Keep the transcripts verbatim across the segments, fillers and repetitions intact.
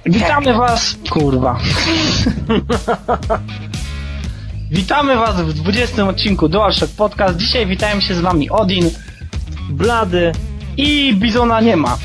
Witamy was, kurwa. Witamy was w dwudziestym odcinku DualShock Podcast. Dzisiaj witają się z wami Odin, Blady i Bizona nie ma.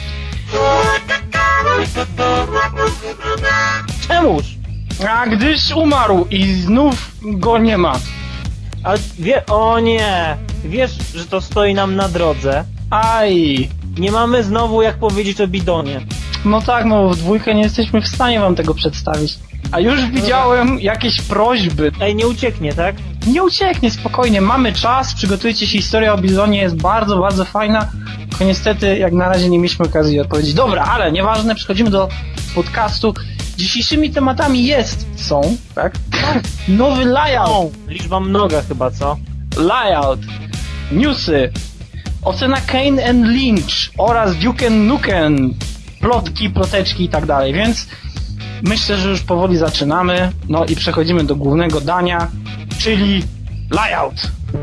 Czemuż? A gdyż umarł i znów go nie ma. A wie... O nie! Wiesz, że to stoi nam na drodze. Aj. Nie mamy znowu jak powiedzieć o bidonie. No tak, no w dwójkę nie jesteśmy w stanie wam tego przedstawić. A już widziałem jakieś prośby. Ej, nie ucieknie, tak? Nie ucieknie, spokojnie, mamy czas, przygotujcie się, historia o Bizonie jest bardzo, bardzo fajna. Tylko niestety, jak na razie nie mieliśmy okazji odpowiedzieć. Dobra, ale nieważne, przechodzimy do podcastu. Dzisiejszymi tematami jest, są, tak? Nowy layout. Liczba mnoga chyba, co? Layout. Newsy. Ocena Kane and Lynch oraz Duke Nukem. Plotki, ploteczki i tak dalej, więc myślę, że już powoli zaczynamy. No i przechodzimy do głównego dania, czyli layout.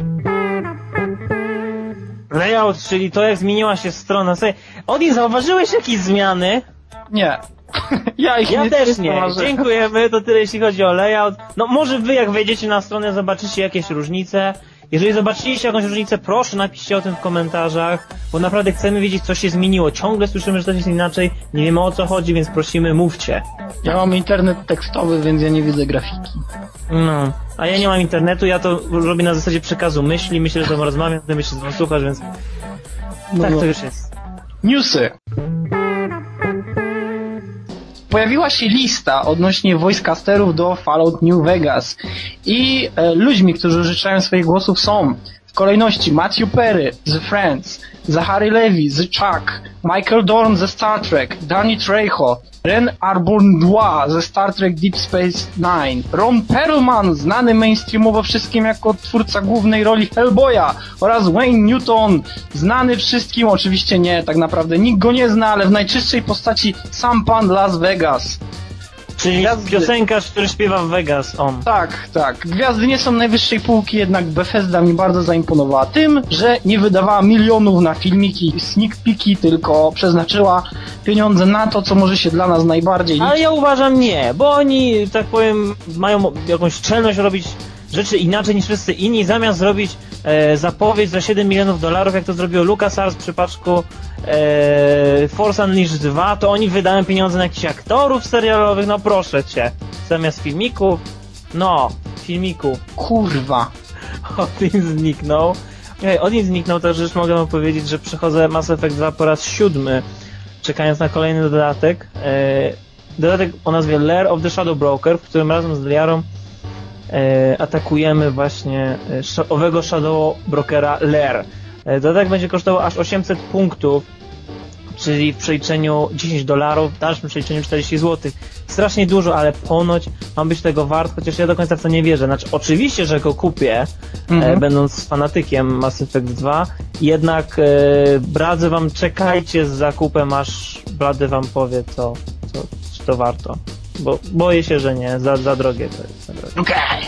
Layout, czyli to jak zmieniła się strona. Słuchaj, Odin, zauważyłeś jakieś zmiany? Nie. Ja ich Ja nie też nie. zauważyłem. Dziękujemy, to tyle jeśli chodzi o layout. No może wy jak wejdziecie na stronę zobaczycie jakieś różnice. Jeżeli zobaczyliście jakąś różnicę, proszę napiszcie o tym w komentarzach, bo naprawdę chcemy wiedzieć, co się zmieniło. Ciągle słyszymy, że coś jest inaczej, nie wiemy o co chodzi, więc prosimy, mówcie. Ja mam internet tekstowy, więc ja nie widzę grafiki. No, a ja nie mam internetu, ja to robię na zasadzie przekazu myśli, myślę, że to rozmawiam, ty myślisz, że słuchasz, więc No tak no. to już jest. Newsy. Pojawiła się lista odnośnie voicecasterów do Fallout New Vegas i e, ludźmi, którzy użyczają swoich głosów są w kolejności Matthew Perry z Friends, Zachary Levi z Chuck, Michael Dorn ze Star Trek, Danny Trejo, Ren Arbourdois ze Star Trek Deep Space Nine, Ron Perlman, znany mainstreamowo wszystkim jako twórca głównej roli Hellboya, oraz Wayne Newton, znany wszystkim, oczywiście nie, tak naprawdę nikt go nie zna, ale w najczystszej postaci sam pan Las Vegas. Czyli Gwiazdy. piosenkarz, który śpiewa w Vegas, on. Tak, tak. Gwiazdy nie są najwyższej półki, jednak Bethesda mi bardzo zaimponowała tym, że nie wydawała milionów na filmiki i sneak peeki, tylko przeznaczyła pieniądze na to, co może się dla nas najbardziej Ale liczyć. ja uważam nie, bo oni, tak powiem, mają jakąś czelność robić rzeczy inaczej niż wszyscy inni, zamiast zrobić e, zapowiedź za siedem milionów dolarów, jak to zrobił LucasArts w przypadku e, Force Unleashed dwa, to oni wydają pieniądze na jakichś aktorów serialowych, no proszę cię. Zamiast filmików, no, filmiku. Kurwa. Odin zniknął. Ej, Odin zniknął, także już mogę wam powiedzieć, że przechodzę Mass Effect dwa po raz siódmy, czekając na kolejny dodatek. E, dodatek o nazwie Lair of the Shadow Broker, w którym razem z Liarą E, atakujemy właśnie e, sz- owego Shadow Brokera Lair. E, dodatek będzie kosztował aż osiemset punktów, czyli w przeliczeniu dziesięć dolarów, w dalszym przeliczeniu czterdzieści złotych. Strasznie dużo, ale ponoć ma być tego wart, chociaż ja do końca w to nie wierzę. Znaczy, oczywiście, że go kupię, Mhm. e, będąc fanatykiem Mass Effect dwa, jednak e, bradzę wam, czekajcie z zakupem, aż Blady wam powie, co, co, czy to warto. Bo boję się, że nie, za, za drogie to jest. Za drogie. Okej.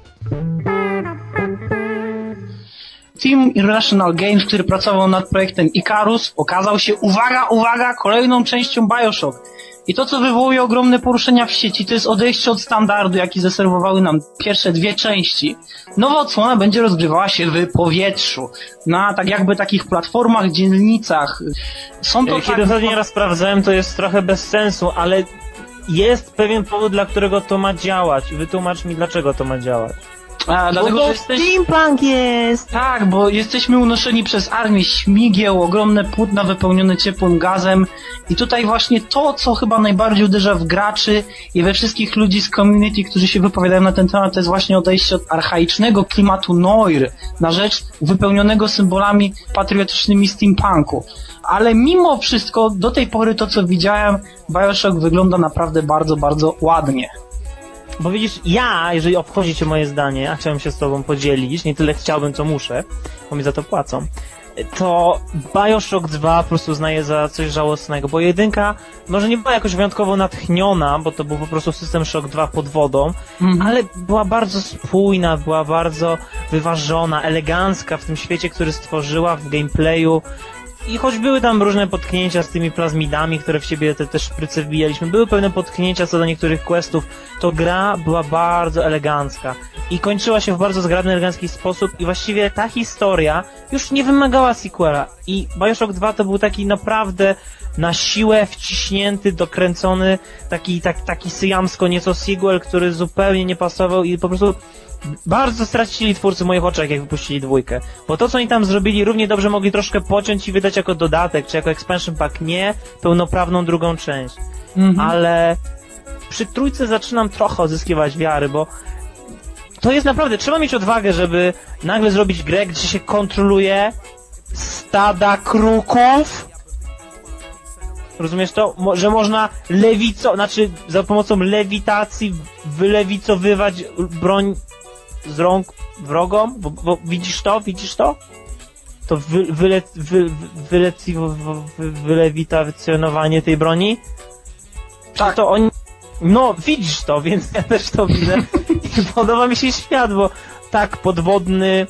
Team Irrational Games, który pracował nad projektem Icarus, okazał się, uwaga, uwaga, kolejną częścią BioShock. I to, co wywołuje ogromne poruszenia w sieci, to jest odejście od standardu, jaki zaserwowały nam pierwsze dwie części. Nowa odsłona będzie rozgrywała się w powietrzu, na tak jakby takich platformach, dzielnicach. Są to Kiedy tak... ostatni raz sprawdzałem, to jest trochę bez sensu, ale jest pewien powód, dla którego to ma działać. Wytłumacz mi, dlaczego to ma działać. A, dlatego, Bo że to jesteś... steampunk jest! Tak, bo jesteśmy unoszeni przez armię śmigieł, ogromne płótna wypełnione ciepłym gazem i tutaj właśnie to, co chyba najbardziej uderza w graczy i we wszystkich ludzi z community, którzy się wypowiadają na ten temat, to jest właśnie odejście od archaicznego klimatu noir na rzecz wypełnionego symbolami patriotycznymi steampunku. Ale mimo wszystko, do tej pory to, co widziałem, BioShock wygląda naprawdę bardzo, bardzo ładnie. Bo widzisz, ja, jeżeli obchodzi cię moje zdanie, a chciałem się z tobą podzielić, nie tyle chciałbym, co muszę, bo mi za to płacą, to BioShock dwa po prostu uznaję za coś żałosnego, bo jedynka może nie była jakoś wyjątkowo natchniona, bo to był po prostu system Shock dwa pod wodą, Mhm. ale była bardzo spójna, była bardzo wyważona, elegancka w tym świecie, który stworzyła, w gameplayu. i choć były tam różne potknięcia z tymi plazmidami, które w siebie te, te szpryce wbijaliśmy, były pewne potknięcia co do niektórych questów, to gra była bardzo elegancka i kończyła się w bardzo zgrabny, elegancki sposób i właściwie ta historia już nie wymagała sequela i Bioshock dwa to był taki naprawdę na siłę wciśnięty, dokręcony, taki, tak, taki syjamsko nieco sequel, który zupełnie nie pasował i po prostu bardzo stracili twórcy w moich oczach, jak wypuścili dwójkę. Bo to, co oni tam zrobili, równie dobrze mogli troszkę pociąć i wydać jako dodatek, czy jako expansion pack, nie pełnoprawną drugą część. Mhm. Ale przy trójce zaczynam trochę odzyskiwać wiary, bo to jest naprawdę, trzeba mieć odwagę, żeby nagle zrobić grę, gdzie się kontroluje stada kruków. Rozumiesz to? Mo- że można lewico, znaczy za pomocą lewitacji wylewicowywać broń z rąk wrogom? Bo, bo widzisz to? Widzisz to? To wy, wyle, wy, wy, wy, wylewitacjonowanie tej broni? Tak. To oni... No, widzisz to, więc ja też to widzę. I podoba mi się świat, bo tak podwodny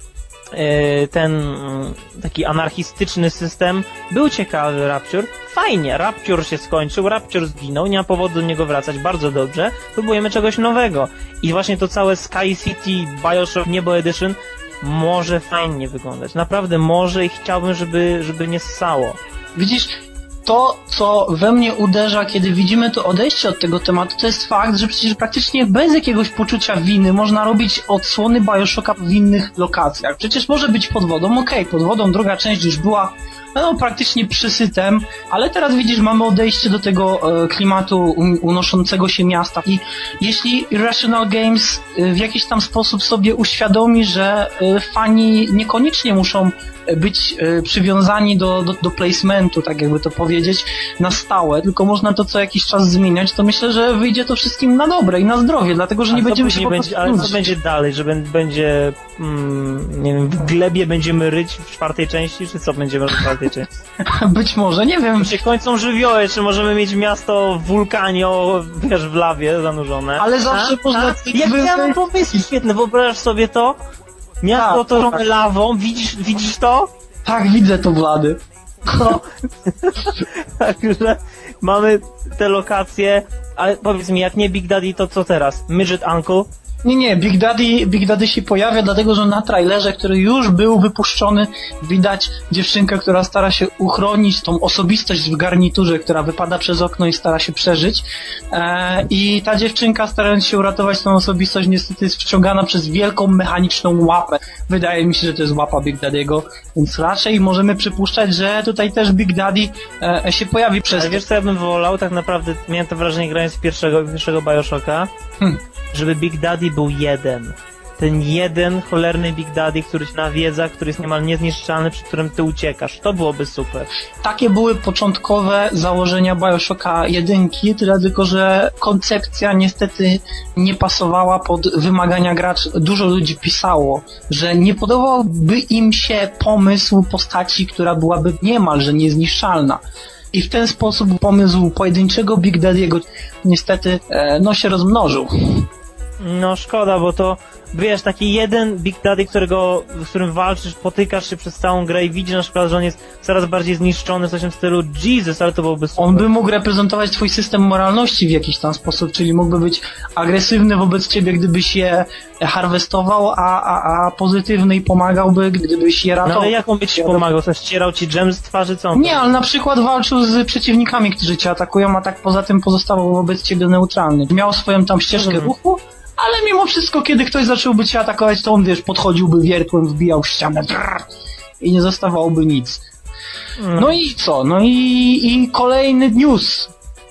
ten taki anarchistyczny system był ciekawy, Rapture. Fajnie, Rapture się skończył, Rapture zginął, nie ma powodu do niego wracać, bardzo dobrze. Próbujemy czegoś nowego. I właśnie to całe Sky City Bioshock Niebo Edition może fajnie wyglądać. Naprawdę może i chciałbym, żeby, żeby nie ssało. Widzisz, to, co we mnie uderza, kiedy widzimy to odejście od tego tematu, to jest fakt, że przecież praktycznie bez jakiegoś poczucia winy można robić odsłony Bioshocka w innych lokacjach. Przecież może być pod wodą, okej, okay, pod wodą druga część już była no, praktycznie przysytem, ale teraz widzisz, mamy odejście do tego e, klimatu unoszącego się miasta i jeśli Irrational Games e, w jakiś tam sposób sobie uświadomi, że e, fani niekoniecznie muszą być e, przywiązani do, do, do placementu, tak jakby to powiedzieć, na stałe, tylko można to co jakiś czas zmieniać, to myślę, że wyjdzie to wszystkim na dobre i na zdrowie, dlatego, że nie będziemy się po będzie, Ale co będzie dalej, że będzie mm, nie wiem, w glebie będziemy ryć w czwartej części, czy co będziemy robić w czwartej części? Być może, nie wiem. Czy się kończą żywioły, czy możemy mieć miasto w wulkanie, o, wiesz, w lawie zanurzone? Ale zawsze a? można... A? Jak ja mam pomysł świetny, wyobrażasz sobie to? Miasto otoczone tak. lawą, widzisz, widzisz to? Tak, widzę to, Vlady. No. Także mamy te lokacje, ale powiedz mi, jak nie Big Daddy, to co teraz? Midget Uncle? Nie, nie, Big Daddy, Big Daddy się pojawia, dlatego że na trailerze, który już był wypuszczony, widać dziewczynkę, która stara się uchronić tą osobistość w garniturze, która wypada przez okno i stara się przeżyć. E, I ta dziewczynka, starając się uratować tą osobistość, niestety jest wciągana przez wielką mechaniczną łapę. Wydaje mi się, że to jest łapa Big Daddy'ego, więc raczej możemy przypuszczać, że tutaj też Big Daddy e, się pojawi przez... Ale wiesz co ja bym wolał? Tak naprawdę miałem to wrażenie, grając pierwszego, pierwszego Bioshocka, hmm. żeby Big Daddy był jeden. Ten jeden cholerny Big Daddy, który się nawiedza, który jest niemal niezniszczalny, przy którym ty uciekasz. To byłoby super. Takie były początkowe założenia Bioshocka jedynki, tyle tylko, że koncepcja niestety nie pasowała pod wymagania graczy. Dużo ludzi pisało, że nie podobałby im się pomysł postaci, która byłaby niemalże niezniszczalna. I w ten sposób pomysł pojedynczego Big Daddy'ego niestety e, no się rozmnożył. No szkoda, bo to wiesz, taki jeden Big Daddy, którego, z którym walczysz, potykasz się przez całą grę i widzisz na przykład, że on jest coraz bardziej zniszczony w coś w stylu Jesus, ale to byłoby super. On by mógł reprezentować twój system moralności w jakiś tam sposób, czyli mógłby być agresywny wobec ciebie, gdybyś je harwestował, a, a, a pozytywny i pomagałby, gdybyś je ratował. No ale jak on by ci pomagał? Co, ścierał ci dżem z twarzy, co on? Nie, ale na przykład walczył z przeciwnikami, którzy cię atakują, a tak poza tym pozostawał wobec ciebie neutralny. Miał swoją tam ścieżkę mhm. ruchu, ale mimo wszystko, kiedy ktoś zacząłby cię atakować, to on, wiesz, podchodziłby wiertłem, wbijał w ścianę drrr, i nie zostawałoby nic. Mm. No i co? No i, i kolejny news.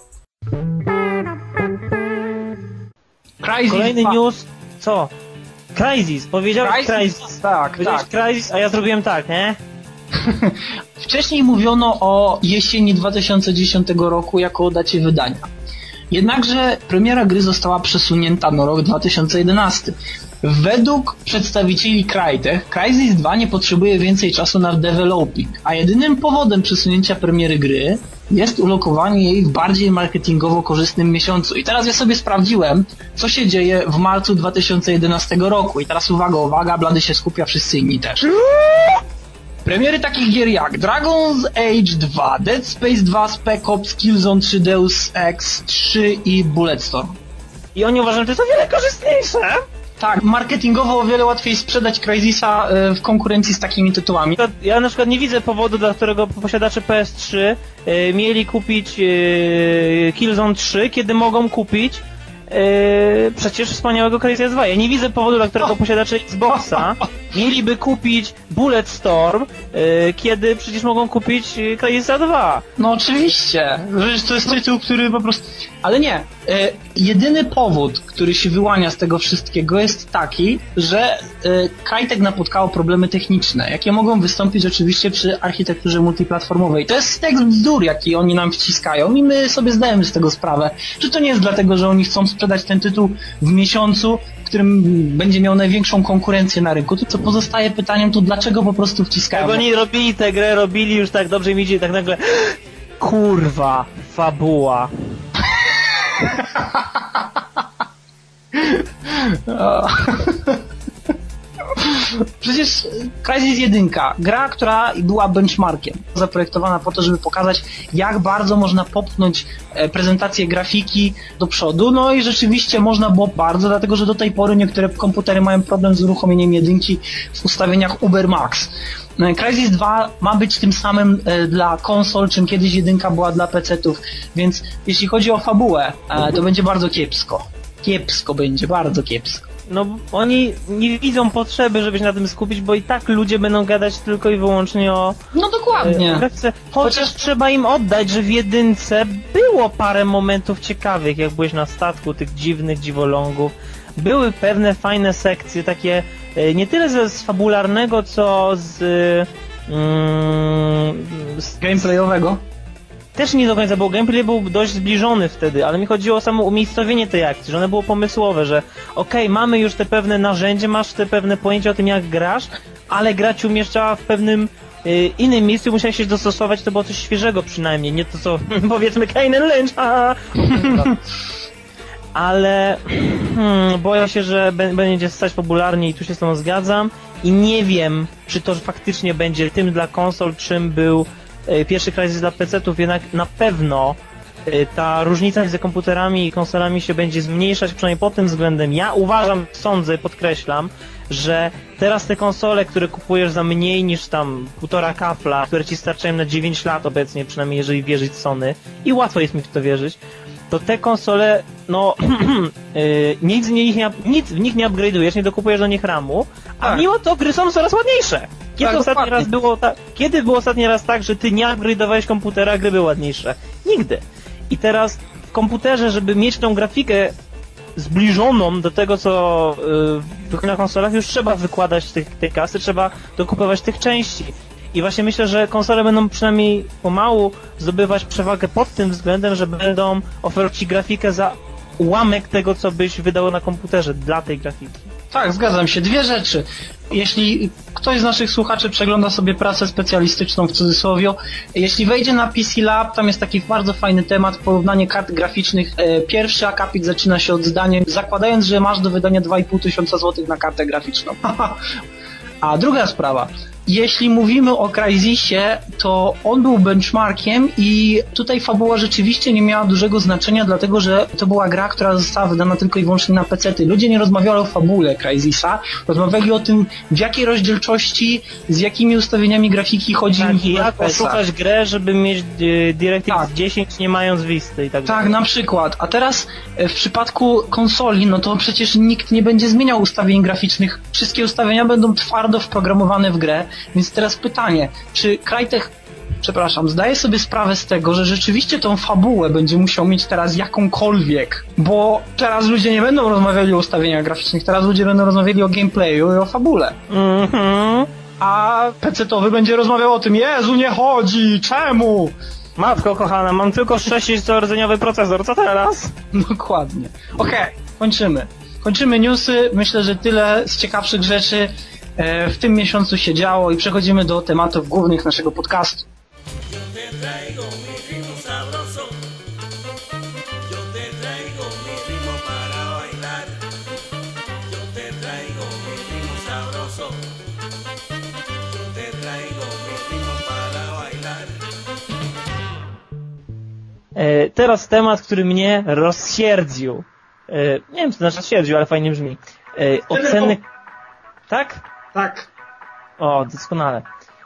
Crysis kolejny dwa. News? Co? Crysis. Powiedziałeś Crysis. Crysis. Tak, Powiedziałeś tak. Crysis, a ja zrobiłem tak, nie? Wcześniej mówiono o jesieni dwa tysiące dziesiątego roku jako o dacie wydania. Jednakże premiera gry została przesunięta na rok dwa tysiące jedenasty. Według przedstawicieli Crytek, Crysis dwa nie potrzebuje więcej czasu na developing, a jedynym powodem przesunięcia premiery gry jest ulokowanie jej w bardziej marketingowo korzystnym miesiącu. I teraz ja sobie sprawdziłem, co się dzieje w marcu dwa tysiące jedenastego roku. I teraz uwaga, uwaga, Blady się skupia, wszyscy inni też. Premiery takich gier jak Dragon's Age dwa, Dead Space dwa, Spec Ops, Killzone trzy, Deus Ex trzy i Bulletstorm. I oni uważają, że to jest o wiele korzystniejsze. Tak, marketingowo o wiele łatwiej sprzedać Crysisa w konkurencji z takimi tytułami. Ja na przykład nie widzę powodu, dla którego posiadacze P S trzy y, mieli kupić y, Killzone trzy, kiedy mogą kupić y, przecież wspaniałego Crysis dwa. Ja nie widzę powodu, dla którego posiadacze Xboxa mieliby kupić Bulletstorm, y, kiedy przecież mogą kupić y, Crysisa dwa. No oczywiście, przecież to jest tytuł, który po prostu... Ale nie, e, jedyny powód, który się wyłania z tego wszystkiego jest taki, że e, Crytek napotkało problemy techniczne, jakie mogą wystąpić oczywiście przy architekturze multiplatformowej. To jest tekst bzdur, jaki oni nam wciskają i my sobie zdajemy z tego sprawę, że to nie jest dlatego, że oni chcą sprzedać ten tytuł w miesiącu, w którym będzie miał największą konkurencję na rynku. To co pozostaje pytaniem, to dlaczego po prostu wciskają? Jak oni robili tę grę, robili już tak dobrze im idzie i tak nagle kurwa, fabuła. Przecież Crysis jeden, gra, która była benchmarkiem, zaprojektowana po to, żeby pokazać, jak bardzo można popchnąć prezentację grafiki do przodu, no i rzeczywiście można było bardzo, dlatego że do tej pory niektóre komputery mają problem z uruchomieniem jedynki w ustawieniach Uber Max. Crysis dwa ma być tym samym e, dla konsol, czym kiedyś jedynka była dla pecetów, więc jeśli chodzi o fabułę, e, to będzie bardzo kiepsko. Kiepsko będzie, bardzo kiepsko. No oni nie widzą potrzeby, żeby się na tym skupić, bo i tak ludzie będą gadać tylko i wyłącznie o... No dokładnie. E, Chociaż, Chociaż trzeba im oddać, że w jedynce było parę momentów ciekawych, jak byłeś na statku tych dziwnych dziwolągów. Były pewne fajne sekcje, takie e, nie tyle z, z fabularnego, co z... Mm, z gameplayowego? Też nie do końca, bo gameplay był dość zbliżony wtedy, ale mi chodziło o samo umiejscowienie tej akcji, że one było pomysłowe, że okej, okay, mamy już te pewne narzędzie, masz te pewne pojęcie o tym, jak grasz, ale gra ci umieszczała w pewnym y, innym miejscu, musiałeś się dostosować, to było coś świeżego przynajmniej, nie to co powiedzmy Kane and Lynch, ale hmm, boję się, że będzie stać popularnie i tu się z tą zgadzam i nie wiem, czy to faktycznie będzie tym dla konsol, czym był pierwszy Crysis dla pecetów, jednak na pewno ta różnica między komputerami i konsolami się będzie zmniejszać, przynajmniej pod tym względem. Ja uważam, sądzę, podkreślam, że teraz te konsole, które kupujesz za mniej niż tam półtora kafla, które ci starczają na dziewięć lat obecnie, przynajmniej jeżeli wierzyć Sony, i łatwo jest mi w to wierzyć, to te konsole, no yy, nic, w nich nie, nic w nich nie upgrade'ujesz, nie dokupujesz do nich ramu, a tak. Mimo to gry są coraz ładniejsze. Kiedy tak, ostatni raz było tak, kiedy było ostatni raz tak, że ty nie upgrade'owałeś komputera, a gry były ładniejsze? Nigdy. I teraz w komputerze, żeby mieć tą grafikę zbliżoną do tego, co yy, na konsolach, już trzeba wykładać tych, tej kasy, trzeba dokupować tych części. I właśnie myślę, że konsole będą przynajmniej pomału zdobywać przewagę pod tym względem, że będą oferować ci grafikę za ułamek tego, co byś wydał na komputerze dla tej grafiki. Tak, zgadzam się. Dwie rzeczy. Jeśli ktoś z naszych słuchaczy przegląda sobie pracę specjalistyczną w cudzysłowie, jeśli wejdzie na P C Lab, tam jest taki bardzo fajny temat, porównanie kart graficznych. Pierwszy akapit zaczyna się od zdania, zakładając, że masz do wydania dwa i pół tysiąca złotych na kartę graficzną. A druga sprawa. Jeśli mówimy o Crysisie, to on był benchmarkiem i tutaj fabuła rzeczywiście nie miała dużego znaczenia, dlatego że to była gra, która została wydana tylko i wyłącznie na pecety. Ludzie nie rozmawiali o fabule Crysisa, rozmawiali o tym, w jakiej rozdzielczości, z jakimi ustawieniami grafiki chodzi tak, im w jak oszukać grę, żeby mieć y, DirectX tak. dziesięć nie mając Visty i tak dalej. Tak, na przykład. A teraz w przypadku konsoli, no to przecież nikt nie będzie zmieniał ustawień graficznych. Wszystkie ustawienia będą twardo wprogramowane w grę. Więc teraz pytanie, czy Crytek, przepraszam, zdaje sobie sprawę z tego, że rzeczywiście tą fabułę będzie musiał mieć teraz jakąkolwiek, bo teraz ludzie nie będą rozmawiali o ustawieniach graficznych, teraz ludzie będą rozmawiali o gameplayu i o fabule. Mhm. A pecetowy będzie rozmawiał o tym, Jezu, nie chodzi, czemu? Matko kochana, mam tylko sześciorrdzeniowy procesor, co teraz? Dokładnie. Okej, okay, kończymy. Kończymy newsy, myślę, że tyle z ciekawszych rzeczy w tym miesiącu się działo i przechodzimy do tematów głównych naszego podcastu. Yo te traigo teraz temat, który mnie rozsierdził. Nie wiem, co to znaczy rozsierdził, ale fajnie brzmi. Oceny... Tak? Tak. O, doskonale.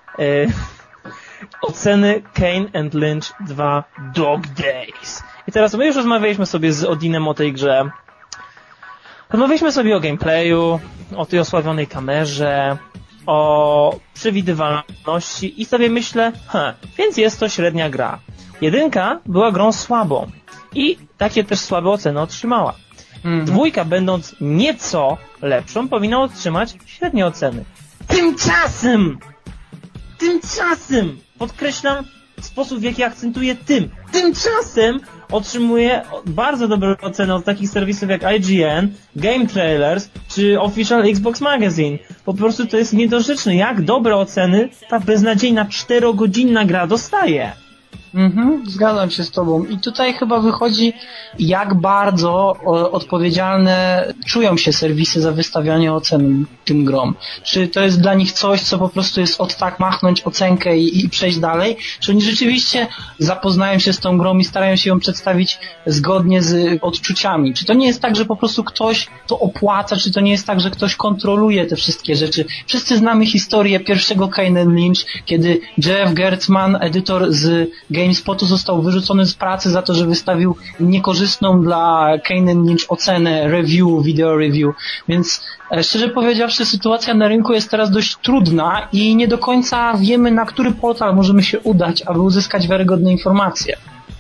Oceny Kane and Lynch dwa Dog Days. I teraz my już rozmawialiśmy sobie z Odinem o tej grze. Rozmawialiśmy sobie o gameplayu, o tej osławionej kamerze, o przewidywalności i sobie myślę, ha, więc jest to średnia gra. Jedynka była grą słabą i takie też słabe oceny otrzymała. Mm. Dwójka, będąc nieco lepszą, powinna otrzymać średnie oceny. Tymczasem! Tymczasem! Podkreślam sposób, w jaki akcentuję tym. Tymczasem otrzymuje bardzo dobre oceny od takich serwisów jak I G N, Game Trailers czy Official Xbox Magazine. Po prostu to jest niedorzeczne, jak dobre oceny ta beznadziejna czterogodzinna gra dostaje. Mhm, zgadzam się z tobą. I tutaj chyba wychodzi, jak bardzo o, odpowiedzialne czują się serwisy za wystawianie ocen tym grom. Czy to jest dla nich coś, co po prostu jest od tak machnąć ocenkę i, i przejść dalej? Czy oni rzeczywiście zapoznają się z tą grą i starają się ją przedstawić zgodnie z odczuciami? Czy to nie jest tak, że po prostu ktoś to opłaca? Czy to nie jest tak, że ktoś kontroluje te wszystkie rzeczy? Wszyscy znamy historię pierwszego Kane and Lynch, kiedy Jeff Gertzman, edytor z GameSpotu, został wyrzucony z pracy za to, że wystawił niekorzystną dla Kane and Lynch ocenę review, video review. Więc szczerze powiedziawszy, sytuacja na rynku jest teraz dość trudna i nie do końca wiemy, na który portal możemy się udać, aby uzyskać wiarygodne informacje.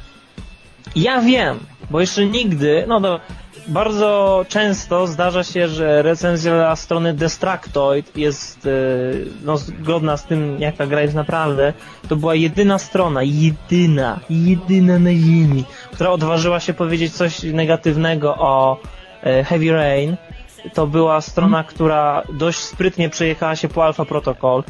Ja wiem, bo jeszcze nigdy, no to bardzo często zdarza się, że recenzja strony Destructoid jest no, zgodna z tym, jaka gra jest naprawdę. To była jedyna strona, jedyna, jedyna na ziemi, która odważyła się powiedzieć coś negatywnego o Heavy Rain. To była strona, która dość sprytnie przejechała się po Alpha Protocol.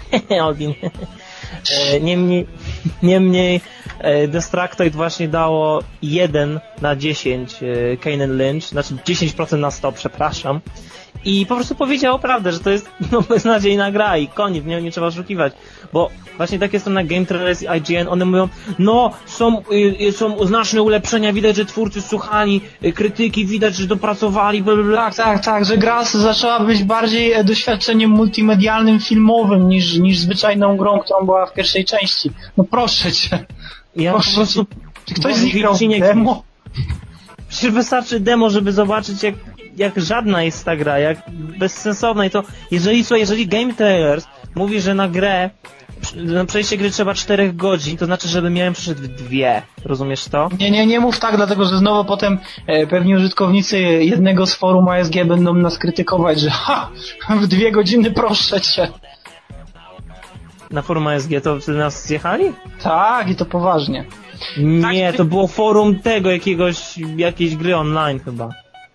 Niemniej, niemniej Destructoid właśnie dało jeden na dziesięć Kane and Lynch, znaczy dziesięć procent na sto, przepraszam. I po prostu powiedziało prawdę, że to jest no, beznadziejna gra i koniec, nie, nie trzeba oszukiwać. Bo właśnie takie strony jak Game Trailers i I G N, one mówią, no są, y, są znaczne ulepszenia, widać, że twórcy słuchali y, krytyki, widać, że dopracowali, blablabla. Tak, tak, tak, że gra zaczęła być bardziej doświadczeniem multimedialnym, filmowym niż, niż zwyczajną grą, którą była w pierwszej części. No proszę cię. Ja proszę po prostu... cię. Czy ktoś z nich grał w demo? Przecież wystarczy demo, żeby zobaczyć, jak jak żadna jest ta gra, jak bezsensowna i to, jeżeli, słuchaj, jeżeli Game Trailers mówi, że na grę, na przejście gry trzeba czterech godzin, to znaczy, żeby miałem przeszedł w dwie, rozumiesz to? Nie, nie, nie mów tak, dlatego, że znowu potem e, pewni użytkownicy jednego z forum A S G będą nas krytykować, że ha, w dwie godziny proszę cię. Na forum A S G to wtedy nas zjechali? Tak, i to poważnie. Nie, tak, to było forum tego jakiegoś, jakiejś gry online chyba.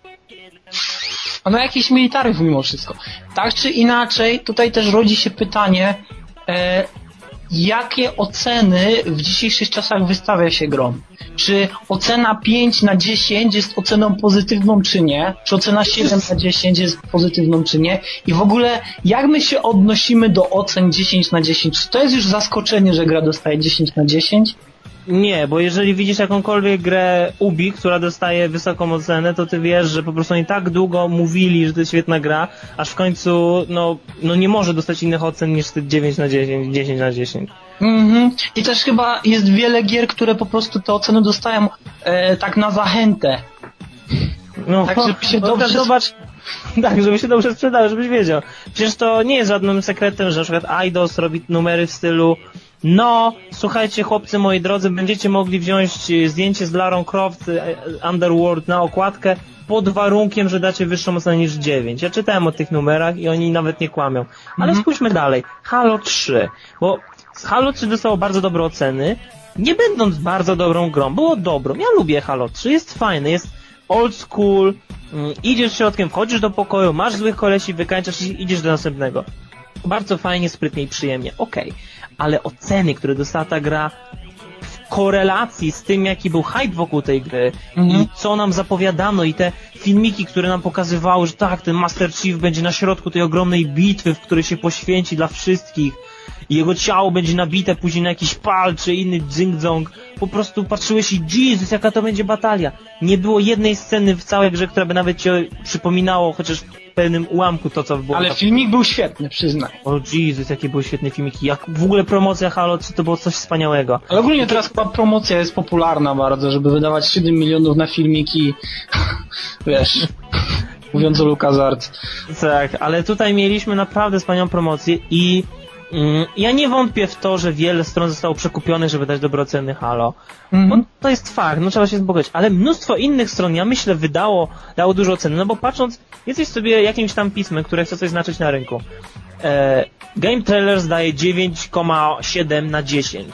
No jakiś militaryzm mimo wszystko. Tak czy inaczej, tutaj też rodzi się pytanie, e, jakie oceny w dzisiejszych czasach wystawia się grom? Czy ocena pięć na dziesięć jest oceną pozytywną czy nie? Czy ocena siedem na dziesięć jest pozytywną czy nie? I w ogóle jak my się odnosimy do ocen dziesięć na dziesięć? Czy to jest już zaskoczenie, że gra dostaje dziesięć na dziesięć? Nie, bo jeżeli widzisz jakąkolwiek grę Ubi, która dostaje wysoką ocenę, to ty wiesz, że po prostu oni tak długo mówili, że to jest świetna gra, aż w końcu no, no nie może dostać innych ocen niż te dziewięć na dziesięć, dziesięć na dziesięć. Mhm. I też chyba jest wiele gier, które po prostu te oceny dostają e, tak na zachętę. No, tak, żeby się no, dobrze... Zobacz, tak, żeby się dobrze sprzedały, żebyś wiedział. Przecież to nie jest żadnym sekretem, że na przykład Eidos robi numery w stylu no, słuchajcie chłopcy moi drodzy, będziecie mogli wziąć zdjęcie z Larą Croft Underworld na okładkę pod warunkiem, że dacie wyższą ocenę niż dziewięć. Ja czytałem o tych numerach i oni nawet nie kłamią. Ale mm-hmm. spójrzmy dalej. Halo trzy. Bo Halo trzy dostało bardzo dobre oceny, nie będąc bardzo dobrą grą. Było dobrą. Ja lubię Halo trzy. Jest fajne, jest old school, idziesz środkiem, wchodzisz do pokoju, masz złych kolesi, wykańczasz i idziesz do następnego. Bardzo fajnie, sprytnie i przyjemnie. Okej. Okay. Ale oceny, które dostała ta gra w korelacji z tym, jaki był hype wokół tej gry mhm. i co nam zapowiadano i te filmiki, które nam pokazywały, że tak, ten Master Chief będzie na środku tej ogromnej bitwy, w której się poświęci dla wszystkich i jego ciało będzie nabite później na jakiś pal czy inny dzing-dzong. Po prostu patrzyłeś i Jezus, jaka to będzie batalia. Nie było jednej sceny w całej grze, która by nawet ci przypominało chociaż w pewnym ułamku to, co było. Ale filmik był świetny, przyznaj. O Jezus, jakie były świetne filmiki. Jak w ogóle promocja Halo, to było coś wspaniałego. Ale ogólnie teraz chyba promocja jest popularna bardzo, żeby wydawać siedem milionów na filmiki. Wiesz, mówiąc o LucasArts. Tak, ale tutaj mieliśmy naprawdę wspaniałą promocję i mm, ja nie wątpię w to, że wiele stron zostało przekupionych, żeby dać dobre oceny Halo. Mhm. Bo to jest fakt, no trzeba się wzbogacić, ale mnóstwo innych stron, ja myślę, wydało, dało dużo oceny, no bo patrząc, jesteś sobie jakimś tam pismem, które chce coś znaczyć na rynku. E, Game Trailers daje dziewięć przecinek siedem na dziesięć.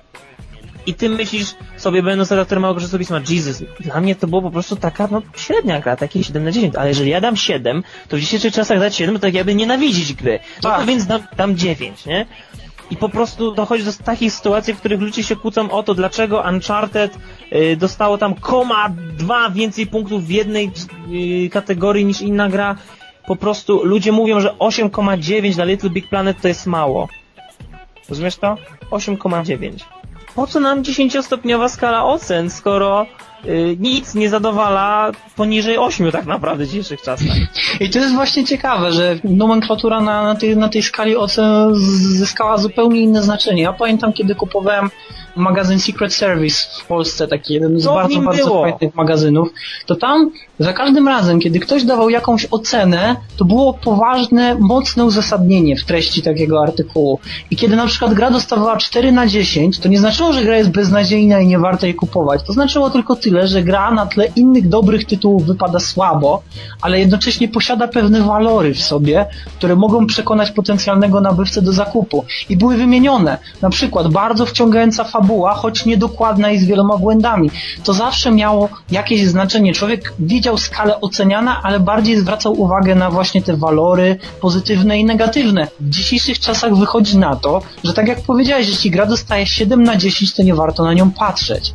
I ty myślisz sobie, będąc redaktorem małego czasopisma, Jesus, dla mnie to było po prostu taka, no, średnia gra, takie siedem na dziesięć, ale jeżeli ja dam siedem, to w dzisiejszych czasach dać siedem, to tak jakby nienawidzić gry. No tak. to więc dam, dam dziewięć, nie? I po prostu dochodzi do takich sytuacji, w których ludzie się kłócą o to, dlaczego Uncharted y, dostało tam koma dwa więcej punktów w jednej y, kategorii niż inna gra. Po prostu ludzie mówią, że osiem przecinek dziewięć dla Little Big Planet to jest mało. Rozumiesz to? osiem przecinek dziewięć. Po co nam dziesięciostopniowa skala ocen, skoro y, nic nie zadowala poniżej ośmiu tak naprawdę w dzisiejszych czasach? I to jest właśnie ciekawe, że nomenklatura na, na, tej, na tej skali ocen zyskała zupełnie inne znaczenie. Ja pamiętam, kiedy kupowałem magazyn Secret Service w Polsce, taki jeden z Co w bardzo, nim bardzo było? fajnych magazynów, to tam za każdym razem, kiedy ktoś dawał jakąś ocenę, to było poważne, mocne uzasadnienie w treści takiego artykułu. I kiedy na przykład gra dostawała cztery na dziesięć, to nie znaczyło, że gra jest beznadziejna i nie warto jej kupować. To znaczyło tylko tyle, że gra na tle innych dobrych tytułów wypada słabo, ale jednocześnie posiada pewne walory w sobie, które mogą przekonać potencjalnego nabywcę do zakupu. I były wymienione. Na przykład bardzo wciągająca fabuła, choć niedokładna i z wieloma błędami. To zawsze miało jakieś znaczenie. Człowiek widział skalę oceniana, ale bardziej zwracał uwagę na właśnie te walory pozytywne i negatywne. W dzisiejszych czasach wychodzi na to, że tak jak powiedziałeś, jeśli gra dostaje siedem na dziesięć, to nie warto na nią patrzeć.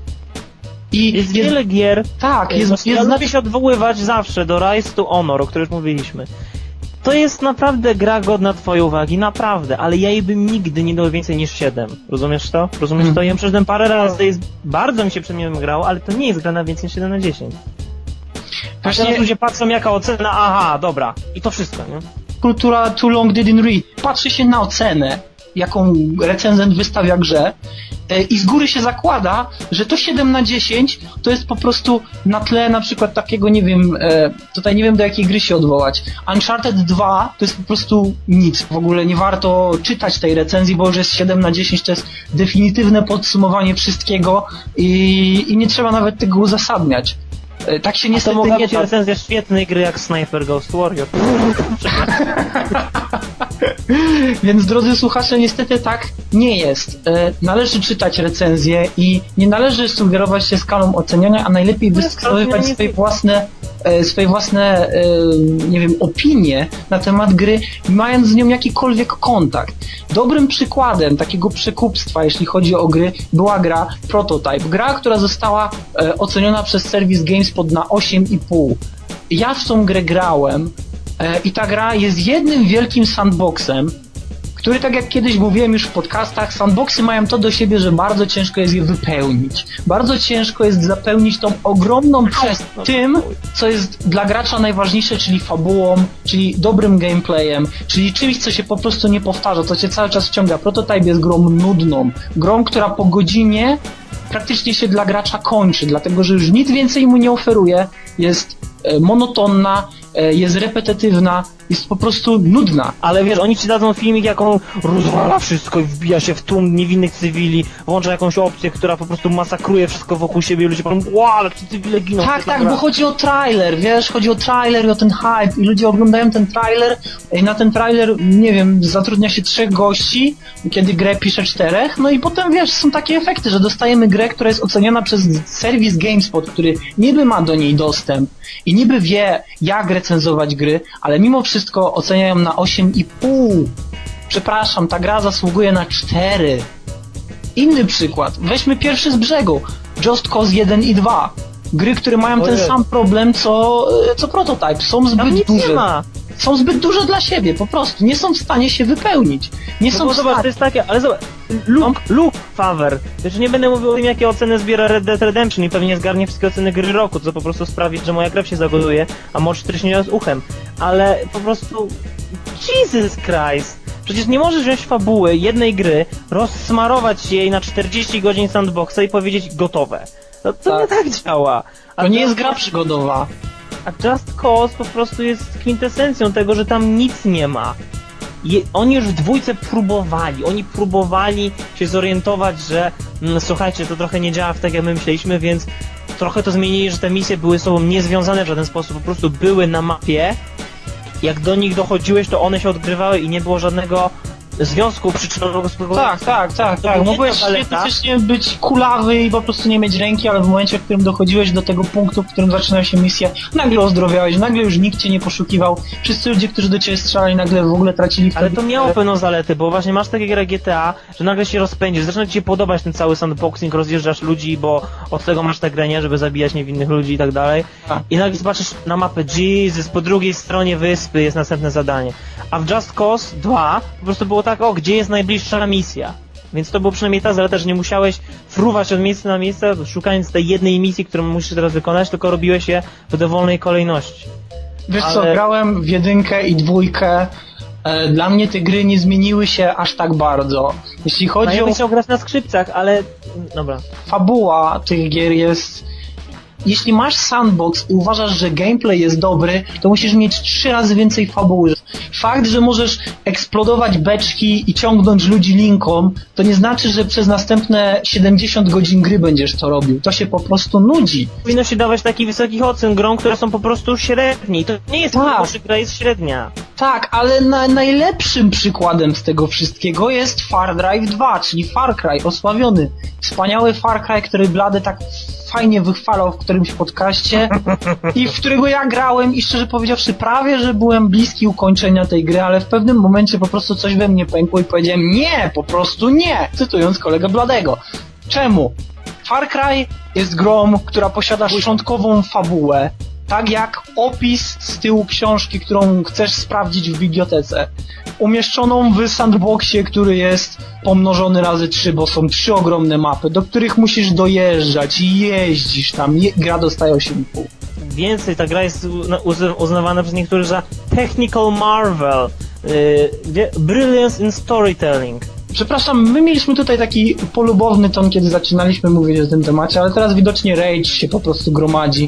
I jest, jest wiele gier. Tak, jest, jest, ja jest lubię się odwoływać zawsze do Rise to Honor, o którym już mówiliśmy. To jest naprawdę gra godna twojej uwagi, naprawdę, ale ja jej bym nigdy nie dał więcej niż siedem. Rozumiesz to? Rozumiesz hmm. to? Ja ją przeszedłem parę razy, jest, bardzo mi się przed nią grało, ale to nie jest gra na więcej niż siedem na dziesięć. A Właśnie... teraz ludzie patrzą jaka ocena, aha, dobra. I to wszystko, nie? Kultura too long didn't read. Patrzy się na ocenę, jaką recenzent wystawia grze i z góry się zakłada, że to siedem na dziesięć to jest po prostu na tle na przykład takiego, nie wiem, tutaj nie wiem do jakiej gry się odwołać. Uncharted dwa to jest po prostu nic. W ogóle nie warto czytać tej recenzji, bo już jest siedem na dziesięć, to jest definitywne podsumowanie wszystkiego i, i nie trzeba nawet tego uzasadniać. Tak się niestety to mogła nie być da. recenzja świetnej gry jak Sniper Ghost Warrior. Więc drodzy słuchacze, niestety tak nie jest. E, należy czytać recenzje i nie należy sugerować się skalą oceniania, a najlepiej wysказywać swoje własne e, swoje własne e, nie wiem, opinie na temat gry, mając z nią jakikolwiek kontakt. Dobrym przykładem takiego przekupstwa, jeśli chodzi o gry, była gra Prototype. Gra, która została e, oceniona przez serwis GameSpot na osiem i pół. Ja w tą grę grałem i ta gra jest jednym wielkim sandboxem, który, tak jak kiedyś mówiłem już w podcastach, sandboxy mają to do siebie, że bardzo ciężko jest je wypełnić. Bardzo ciężko jest zapełnić tą ogromną przestrzeń tym, co jest dla gracza najważniejsze, czyli fabułą, czyli dobrym gameplayem, czyli czymś, co się po prostu nie powtarza, co cię cały czas wciąga. Prototype jest grą nudną, grą, która po godzinie praktycznie się dla gracza kończy, dlatego że już nic więcej mu nie oferuje, jest e, monotonna, e, jest repetytywna, jest po prostu nudna. Ale wiesz, oni ci dadzą filmik, jak on rozwala wszystko i wbija się w tłum niewinnych cywili, włącza jakąś opcję, która po prostu masakruje wszystko wokół siebie i ludzie powiedzą, wow, ale ci cywile giną. Tak, tak, gra. Bo chodzi o trailer, wiesz, chodzi o trailer i o ten hype i ludzie oglądają ten trailer i na ten trailer, nie wiem, zatrudnia się trzech gości, kiedy grę pisze czterech, no i potem, wiesz, są takie efekty, że dostajemy grę, która jest oceniana przez serwis GameSpot, który niby ma do niej dostęp i niby wie, jak recenzować gry, ale mimo wszystko oceniają na osiem i pół. Przepraszam, ta gra zasługuje na cztery. Inny przykład. Weźmy pierwszy z brzegu. Just Cause jeden i dwa. Gry, które mają ten sam problem, co, co Prototype. Są zbyt Tam nic duże. nie ma. są zbyt duże dla siebie, po prostu. Nie są w stanie się wypełnić. Nie No są bo w zobacz, stanie... to jest takie, ale zobacz, Luke, Luke Favre, już nie będę mówił o tym, jakie oceny zbiera Red Dead Redemption i pewnie zgarnie wszystkie oceny gry roku, co po prostu sprawi, że moja krew się zagoduje, a mocz tryśnie z uchem, ale po prostu, Jesus Christ, przecież nie możesz wziąć fabuły jednej gry, rozsmarować jej na czterdzieści godzin sandboxa i powiedzieć gotowe. To, to Tak. nie tak działa. A To nie jest Just gra Cause- przygodowa. A Just Cause po prostu jest kwintesencją tego, że tam nic nie ma. Je, oni już w dwójce próbowali, oni próbowali się zorientować, że mm, słuchajcie, to trochę nie działa w tak jak my myśleliśmy, więc trochę to zmienili, że te misje były ze sobą niezwiązane w żaden sposób, po prostu były na mapie. Jak do nich dochodziłeś, to one się odgrywały i nie było żadnego związku przyczynowo-skutkowego. Tak, tak, tak, To tak. był Mogłeś nie daleka. teoretycznie być kulawy i po prostu nie mieć ręki, ale w momencie, w którym dochodziłeś do tego punktu, w którym zaczyna się misja, nagle ozdrowiałeś, nagle już nikt cię nie poszukiwał. Wszyscy ludzie, którzy do ciebie strzelali, nagle w ogóle tracili Ale wtedy... to miało pewną zaletę, bo właśnie masz takie gry G T A, że nagle się rozpędzisz, zaczyna ci się podobać ten cały sandboxing, rozjeżdżasz ludzi, bo od tego masz tę grę, nie, żeby zabijać niewinnych ludzi i tak dalej. Tak. I nagle zobaczysz na mapę, Jesus, po drugiej stronie wyspy jest następne zadanie. A w Just Cause dwa po prostu było tak, o, gdzie jest najbliższa misja. Więc to było przynajmniej ta zaleta, że nie musiałeś fruwać od miejsca na miejsce, szukając tej jednej misji, którą musisz teraz wykonać, tylko robiłeś je w dowolnej kolejności. Wiesz ale- co, grałem w jedynkę i dwójkę. E, Dla mnie te gry nie zmieniły się aż tak bardzo. Jeśli No chodzi ja o bym chciał grać na skrzypcach, ale... Dobra. fabuła tych gier jest... Jeśli masz sandbox i uważasz, że gameplay jest dobry, to musisz mieć trzy razy więcej fabuły. Fakt, że możesz eksplodować beczki i ciągnąć ludzi linką, to nie znaczy, że przez następne siedemdziesiąt godzin gry będziesz to robił. To się po prostu nudzi. Powinno się dawać takich wysokich ocen grom, które są po prostu średnie. I to nie jest Tak. tak, że gra jest średnia. Tak, ale na, najlepszym przykładem z tego wszystkiego jest Far Cry dwa, czyli Far Cry, osławiony. Wspaniały Far Cry, który Blady tak fajnie wychwalał w którymś podcaście i w którego ja grałem i szczerze powiedziawszy prawie, że byłem bliski ukończenia tej gry, ale w pewnym momencie po prostu coś we mnie pękło i powiedziałem nie, po prostu nie, cytując kolegę Bladego. Czemu? Far Cry jest grą, która posiada szczątkową fabułę, tak jak opis z tyłu książki, którą chcesz sprawdzić w bibliotece. Umieszczoną w sandboxie, który jest pomnożony razy trzy, bo są trzy ogromne mapy, do których musisz dojeżdżać i jeździsz tam. Je- gra dostaje osiem i pół. Więcej, ta gra jest u- uz- uznawana przez niektórych za technical marvel. Yy, wie- brilliance in storytelling. Przepraszam, my mieliśmy tutaj taki polubowny ton, kiedy zaczynaliśmy mówić o tym temacie, ale teraz widocznie rage się po prostu gromadzi.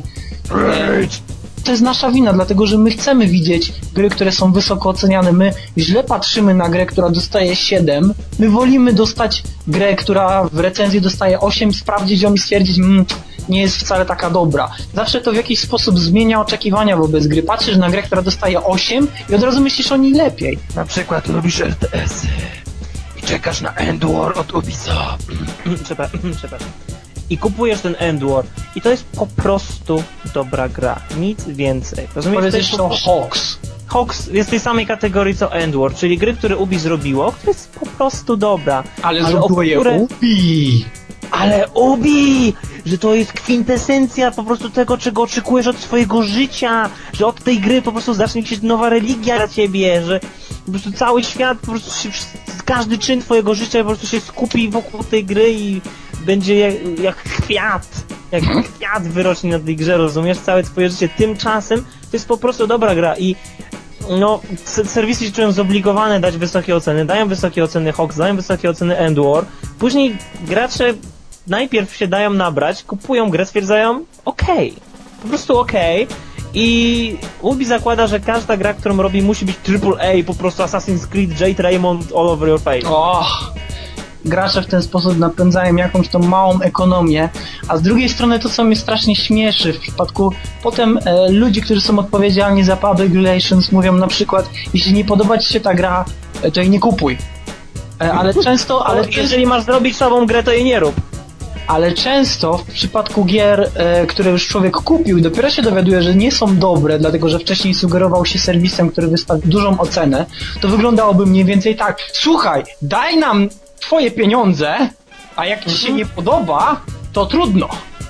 Rage! To jest nasza wina, dlatego że my chcemy widzieć gry, które są wysoko oceniane. My źle patrzymy na grę, która dostaje siedem. My wolimy dostać grę, która w recenzji dostaje osiem, sprawdzić ją i stwierdzić, mmm, nie jest wcale taka dobra. Zawsze to w jakiś sposób zmienia oczekiwania wobec gry. Patrzysz na grę, która dostaje osiem i od razu myślisz o niej lepiej. Na przykład lubisz R T S i czekasz na End War od Ubisoft. Przepraszam, przepraszam. I kupujesz ten End War. I to jest po prostu dobra gra. Nic więcej. Rozumiesz? Powiedz To jest jeszcze o po- Hawks. Hawks jest w tej samej kategorii co End War, czyli gry, które Ubi zrobiło, która jest po prostu dobra. Ale, Ale zrobiło o je które- Ubi. Ale Ubi! Że to jest kwintesencja po prostu tego, czego oczekujesz od swojego życia, że od tej gry po prostu zacznie się nowa religia dla ciebie, że po prostu cały świat, po prostu się, każdy czyn twojego życia po prostu się skupi wokół tej gry i będzie jak, jak kwiat, jak kwiat wyrośnie na tej grze, rozumiesz? Całe twoje życie. Tymczasem to jest po prostu dobra gra i no, s- serwisy się czują zobligowane dać wysokie oceny, dają wysokie oceny Hawks, dają wysokie oceny End War, później gracze najpierw się dają nabrać, kupują grę, stwierdzają okej, po prostu okej i Ubi zakłada, że każda gra, którą robi musi być triple A, po prostu Assassin's Creed, Jade Raymond all over your face. Och, gracze w ten sposób napędzają jakąś tą małą ekonomię, a z drugiej strony to, co mnie strasznie śmieszy w przypadku potem e, ludzi, którzy są odpowiedzialni za public relations, mówią na przykład, jeśli nie podoba ci się ta gra, e, to jej nie kupuj. E, ale często, ale, Ale jeżeli masz zrobić słabą grę, to jej nie rób. ale często w przypadku gier, e, które już człowiek kupił, dopiero się dowiaduje, że nie są dobre, dlatego że wcześniej sugerował się serwisem, który wystawił dużą ocenę, to wyglądałoby mniej więcej tak: słuchaj, daj nam twoje pieniądze, a jak ci się nie podoba, to trudno.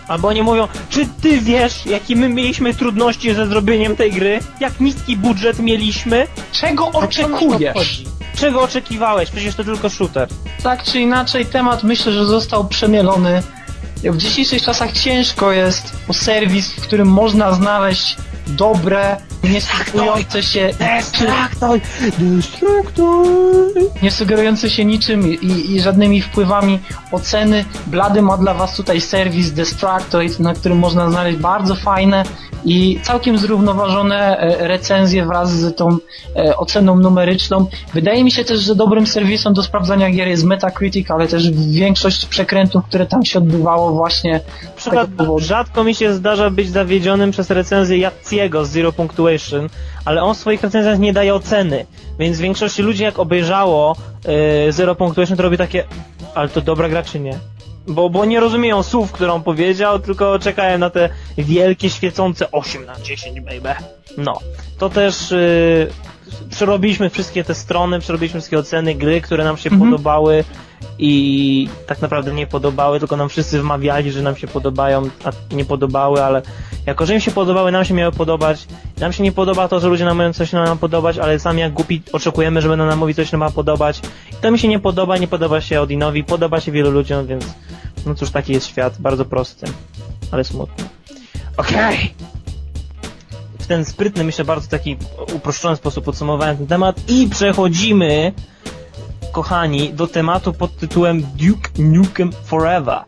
Albo oni mówią, czy ty wiesz, jakie my mieliśmy trudności ze zrobieniem tej gry? Jak niski budżet mieliśmy? Czego oczekujesz? Czego oczekiwałeś? Przecież to tylko shooter. Tak czy inaczej, temat myślę, że został przemielony. W dzisiejszych czasach ciężko jest o serwis, w którym można znaleźć dobre, nie sugerujące się... Destructoid! Destructoid! Nie sugerujące się niczym i, i żadnymi wpływami oceny. Blady ma dla was tutaj serwis Destructoid, na którym można znaleźć bardzo fajne i całkiem zrównoważone recenzje wraz z tą e, oceną numeryczną. Wydaje mi się też, że dobrym serwisem do sprawdzania gier jest Metacritic, ale też większość przekrętów, które tam się odbywało właśnie z przykład, rzadko mi się zdarza być zawiedzionym przez recenzję Jacciego z Zero Punctuation, ale on w swoich recenzjach nie daje oceny, więc większość ludzi jak obejrzało yy, Zero Punctuation to robi takie, ale to dobra gra czy nie? Bo, bo nie rozumieją słów, które on powiedział, tylko czekają na te wielkie, świecące osiem na dziesięć, baby. No, to też yy, przerobiliśmy wszystkie te strony, przerobiliśmy wszystkie oceny gry, które nam się mhm. podobały i tak naprawdę nie podobały, tylko nam wszyscy wmawiali, że nam się podobają, a nie podobały, ale jako, że im się podobały, nam się miały podobać. Nam się nie podoba to, że ludzie nam mówią, coś nam podobać, ale sami jak głupi oczekujemy, że będą nam mówić, coś nam ma podobać. I to mi się nie podoba, nie podoba się Odinowi, podoba się wielu ludziom, więc no cóż, taki jest świat, bardzo prosty, ale smutny. Okej! Okay. W ten sprytny, myślę, bardzo taki uproszczony sposób podsumowałem ten temat i przechodzimy, kochani, do tematu pod tytułem Duke Nukem Forever.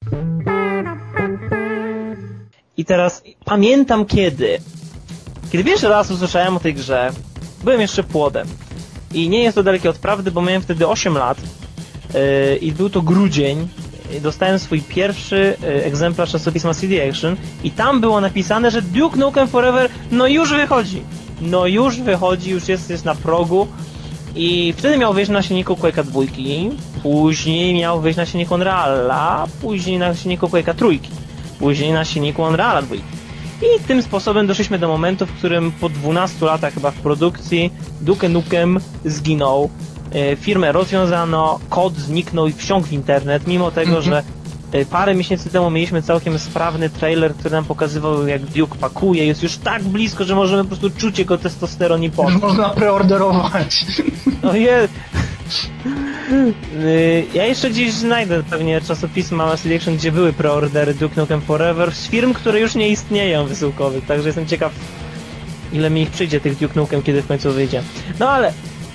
I teraz pamiętam kiedy, kiedy pierwszy raz usłyszałem o tej grze, byłem jeszcze płodem. I nie jest to dalekie od prawdy, bo miałem wtedy osiem lat yy, i był to grudzień. Dostałem swój pierwszy yy, egzemplarz czasopisma C D Action i tam było napisane, że Duke Nukem Forever no już wychodzi. No już wychodzi, już jest, jest na progu. I wtedy miał wyjść na silniku Quake'a dwa, później miał wyjść na silniku Unreala, później na silniku Quake'a trzy, później na silniku Unreala dwa. I tym sposobem doszliśmy do momentu, w którym po dwunastu latach chyba w produkcji Duke Nukem zginął, e, firmę rozwiązano, kod zniknął i wsiąkł w internet, mimo tego, mm-hmm. że e, parę miesięcy temu mieliśmy całkiem sprawny trailer, który nam pokazywał, jak Duke pakuje, jest już tak blisko, że możemy po prostu czuć jego testosteron i pot. Już można preorderować. No jest. Ja jeszcze gdzieś znajdę pewnie czasopisma C D Action, gdzie były preordery Duke Nukem Forever z firm, które już nie istnieją, wysyłkowych, także jestem ciekaw, ile mi ich przyjdzie tych Duke Nukem, kiedy w końcu wyjdzie. No ale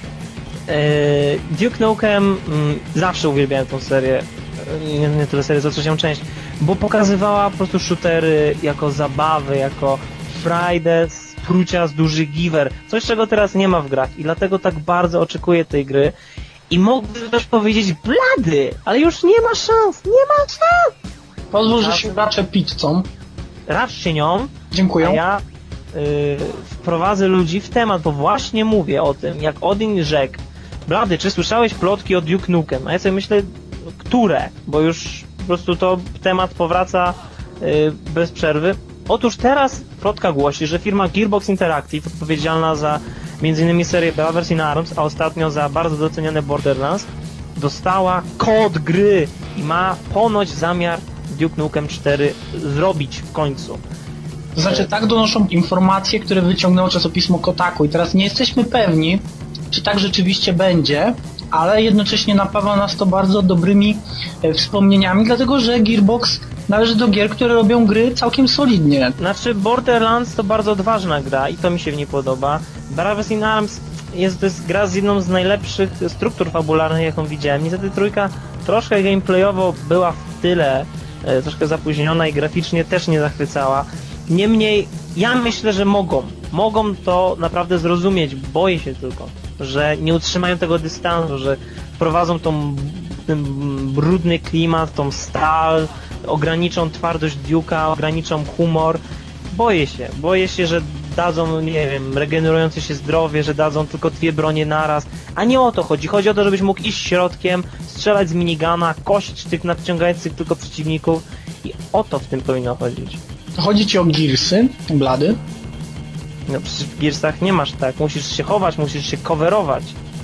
Duke Nukem zawsze uwielbiałem tą serię, nie, nie tyle serię, co trzecią część, bo pokazywała po prostu shootery jako zabawy, jako Fridays, prucia z duży giver, coś czego teraz nie ma w grach i dlatego tak bardzo oczekuję tej gry. I mógłbym też powiedzieć blady, ale już nie ma szans, nie ma szans! Pozwól, że się raczę pizzą. Racz się nią. Dziękuję. A ja yy, wprowadzę ludzi w temat, bo właśnie mówię o tym, jak Odin rzekł, blady, czy słyszałeś plotki o Duke Nukem? A ja sobie myślę, które? Bo już po prostu to temat powraca yy, bez przerwy. Otóż teraz plotka głosi, że firma Gearbox Interactive, odpowiedzialna za między innymi serię Brothers in Arms, a ostatnio za bardzo docenione Borderlands, dostała kod gry i ma ponoć zamiar Duke Nukem cztery zrobić w końcu. To znaczy, tak donoszą informacje, które wyciągnęło czasopismo Kotaku i teraz nie jesteśmy pewni, czy tak rzeczywiście będzie, ale jednocześnie napawa nas to bardzo dobrymi e, wspomnieniami, dlatego że Gearbox należy do gier, które robią gry całkiem solidnie. Znaczy Borderlands to bardzo odważna gra i to mi się w niej podoba. Brothers in Arms jest, to jest gra z jedną z najlepszych struktur fabularnych, jaką widziałem. Niestety trójka troszkę gameplayowo była w tyle, e, troszkę zapóźniona i graficznie też nie zachwycała. Niemniej ja myślę, że mogą. Mogą to naprawdę zrozumieć. Boję się tylko, że nie utrzymają tego dystansu, że wprowadzą tą, ten brudny klimat, tą stal, ograniczą twardość Duke'a, ograniczą humor. Boję się. Boję się, że dadzą, nie wiem, regenerujące się zdrowie, że dadzą tylko dwie bronie naraz. A nie o to chodzi. Chodzi o to, żebyś mógł iść środkiem, strzelać z minigana, kosić tych nadciągających tylko przeciwników. I o to w tym powinno chodzić. Chodzi ci o Gearsy, blady? No przecież w Gearsach nie masz tak. Musisz się chować, musisz się coverować.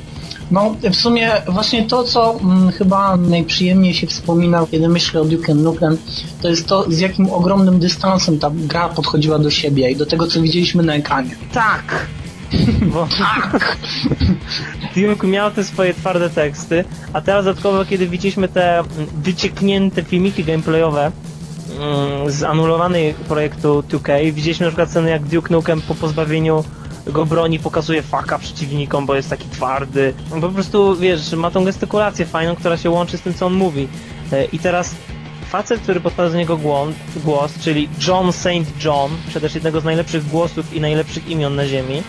No, w sumie właśnie to, co mm, chyba najprzyjemniej się wspomina, kiedy myślę o Duke Nukem, to jest to, z jakim ogromnym dystansem ta gra podchodziła do siebie i do tego, co widzieliśmy na ekranie. Tak! Bo Tak! Duke miał te swoje twarde teksty, a teraz dodatkowo, kiedy widzieliśmy te wycieknięte filmiki gameplayowe mm, z anulowanej projektu two K, widzieliśmy na przykład sceny, jak Duke Nukem po pozbawieniu go broni pokazuje faka przeciwnikom, bo jest taki twardy. On po prostu, wiesz, ma tą gestykulację fajną, która się łączy z tym, co on mówi. I teraz facet, który podpada do niego głos, głos, czyli John Saint John, przecież jednego z najlepszych głosów i najlepszych imion na ziemi,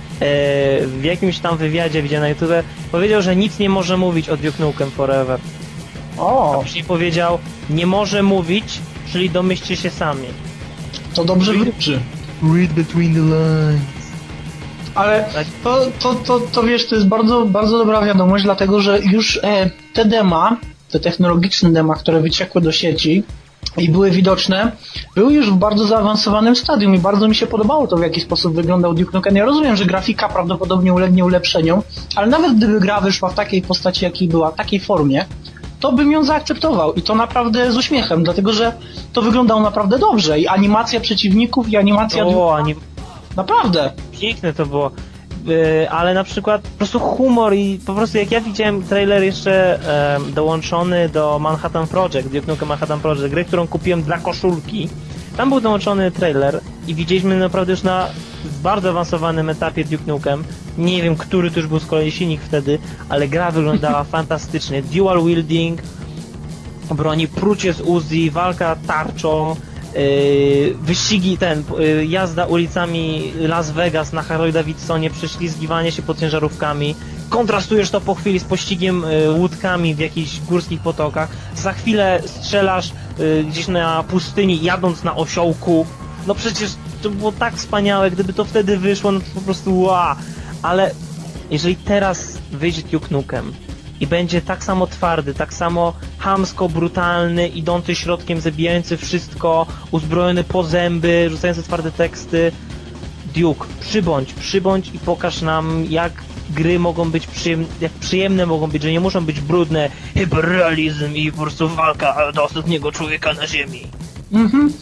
w jakimś tam wywiadzie, widziałem na YouTube, powiedział, że nic nie może mówić o Duke Nukem Forever. O! A później powiedział, nie może mówić, czyli domyślcie się sami. To dobrze wróży. Read between the lines. Ale to, to, to, to wiesz, to jest bardzo, bardzo dobra wiadomość, dlatego że już e, te dema, te technologiczne dema, które wyciekły do sieci i były widoczne, były już w bardzo zaawansowanym stadium i bardzo mi się podobało to, w jaki sposób wyglądał Duke Nukem. Ja rozumiem, że grafika prawdopodobnie ulegnie ulepszeniom, ale nawet gdyby gra wyszła w takiej postaci, jakiej była, w takiej formie, to bym ją zaakceptował i to naprawdę z uśmiechem, dlatego że to wyglądało naprawdę dobrze i animacja przeciwników i animacja... O, ani... Naprawdę! Piękne to było, yy, ale na przykład po prostu humor i po prostu jak ja widziałem trailer jeszcze yy, dołączony do Manhattan Project, Duke Nukem Manhattan Project, gry, którą kupiłem dla koszulki, tam był dołączony trailer i widzieliśmy naprawdę już na bardzo awansowanym etapie Duke Nukem, nie wiem, który to już był z kolei silnik wtedy, ale gra wyglądała fantastycznie, dual wielding, broni, prucie z Uzi, walka tarczą, Yy, wyścigi, ten, yy, jazda ulicami Las Vegas na Harley Davidsonie, prześlizgiwanie się pod ciężarówkami, kontrastujesz to po chwili z pościgiem yy, łódkami w jakichś górskich potokach, za chwilę strzelasz yy, gdzieś na pustyni jadąc na osiołku, no przecież to było tak wspaniałe, gdyby to wtedy wyszło, no to po prostu wow, ale jeżeli teraz wyjdzie Duke Nukem i będzie tak samo twardy, tak samo chamsko, brutalny, idący środkiem, zabijający wszystko, uzbrojony po zęby, rzucający twarde teksty. Duke, przybądź, przybądź i pokaż nam, jak gry mogą być przyjemne, jak przyjemne mogą być, że nie muszą być brudne, hyperrealizm i po prostu walka do ostatniego człowieka na ziemi. Mhm.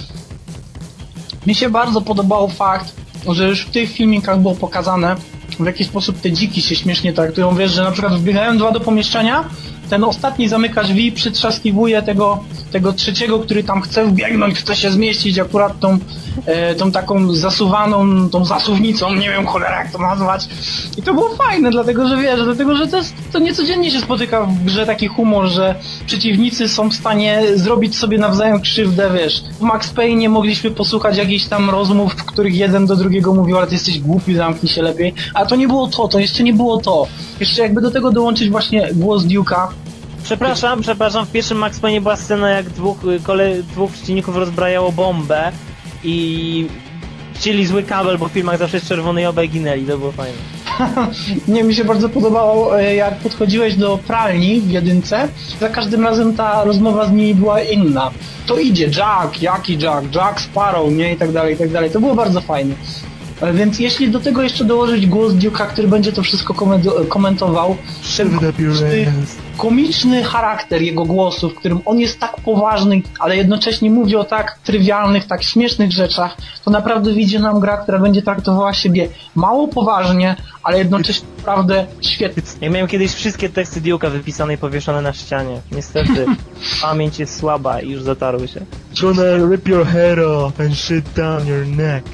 Mi się bardzo podobał fakt, że już w tych filmikach było pokazane, w jaki sposób te dziki się śmiesznie traktują. Wiesz, że na przykład wbiegają dwa do pomieszczenia, ten ostatni zamyka drzwi, przytrzaskiwuje tego, tego trzeciego, który tam chce wbiegnąć, chce się zmieścić akurat tą, e, tą taką zasuwaną, tą zasuwnicą, nie wiem cholera jak to nazwać. I to było fajne, dlatego że wiesz, dlatego że to, jest, to niecodziennie się spotyka w grze taki humor, że przeciwnicy są w stanie zrobić sobie nawzajem krzywdę, wiesz. W Max Payne mogliśmy posłuchać jakichś tam rozmów, w których jeden do drugiego mówił, ale ty jesteś głupi, zamknij się lepiej. A to nie było to, to jeszcze nie było to. Jeszcze jakby do tego dołączyć właśnie głos Duke'a. Przepraszam, przepraszam, w pierwszym Max Payne była scena, jak dwóch, kole, dwóch przeciwników rozbrajało bombę i chcieli zły kabel, bo w filmach zawsze jest czerwony i obaj ginęli, to było fajne. Nie, mi się bardzo podobało, jak podchodziłeś do pralni w jedynce, za każdym razem ta rozmowa z nimi była inna. To idzie Jack, jaki Jack, Jack Sparrow, nie, i tak dalej, i tak dalej. To było bardzo fajne. Więc jeśli do tego jeszcze dołożyć głos Duke'a, który będzie to wszystko komentował, ten komiczny, komiczny charakter jego głosu, w którym on jest tak poważny, ale jednocześnie mówi o tak trywialnych, tak śmiesznych rzeczach, to naprawdę wyjdzie nam gra, która będzie traktowała siebie mało poważnie, ale jednocześnie naprawdę świetnie. Ja miałem kiedyś wszystkie teksty Duke'a wypisane i powieszone na ścianie. Niestety pamięć jest słaba i już zatarły się. Gonna rip your head off and shit down your neck.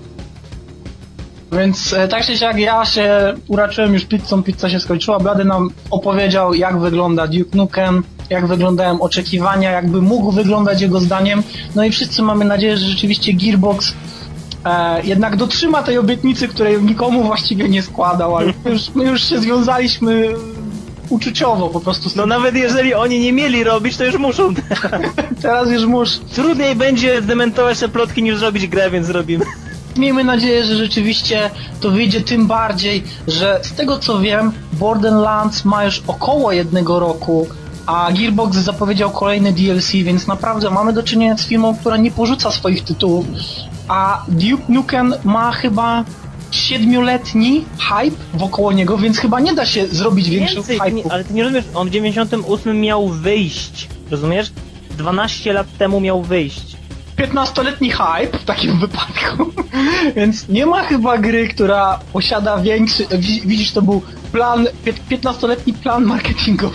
Więc e, tak czy siak ja się uraczyłem już pizzą, pizza się skończyła. Blady nam opowiedział, jak wygląda Duke Nukem, jak wyglądają oczekiwania, jakby mógł wyglądać jego zdaniem. No i wszyscy mamy nadzieję, że rzeczywiście Gearbox e, jednak dotrzyma tej obietnicy, której nikomu właściwie nie składał, ale my już, my już się związaliśmy uczuciowo po prostu. Z no nawet jeżeli oni nie mieli robić, to już muszą. Teraz już musz. Trudniej będzie zdementować te plotki niż zrobić grę, więc zrobimy. Miejmy nadzieję, że rzeczywiście to wyjdzie, tym bardziej, że z tego co wiem, Borderlands ma już około jednego roku, a Gearbox zapowiedział kolejny D L C, więc naprawdę mamy do czynienia z firmą, która nie porzuca swoich tytułów, a Duke Nukem ma chyba siedmioletni hype wokoło niego, więc chyba nie da się zrobić większego Więcej, ty nie, hype'u. ale ty nie rozumiesz, on w dziewięćdziesiątym ósmym miał wyjść, rozumiesz? dwanaście lat temu miał wyjść. piętnastoletni hype w takim wypadku, więc nie ma chyba gry, która posiada większy... Widzisz, to był plan, piętnastoletni plan marketingowy.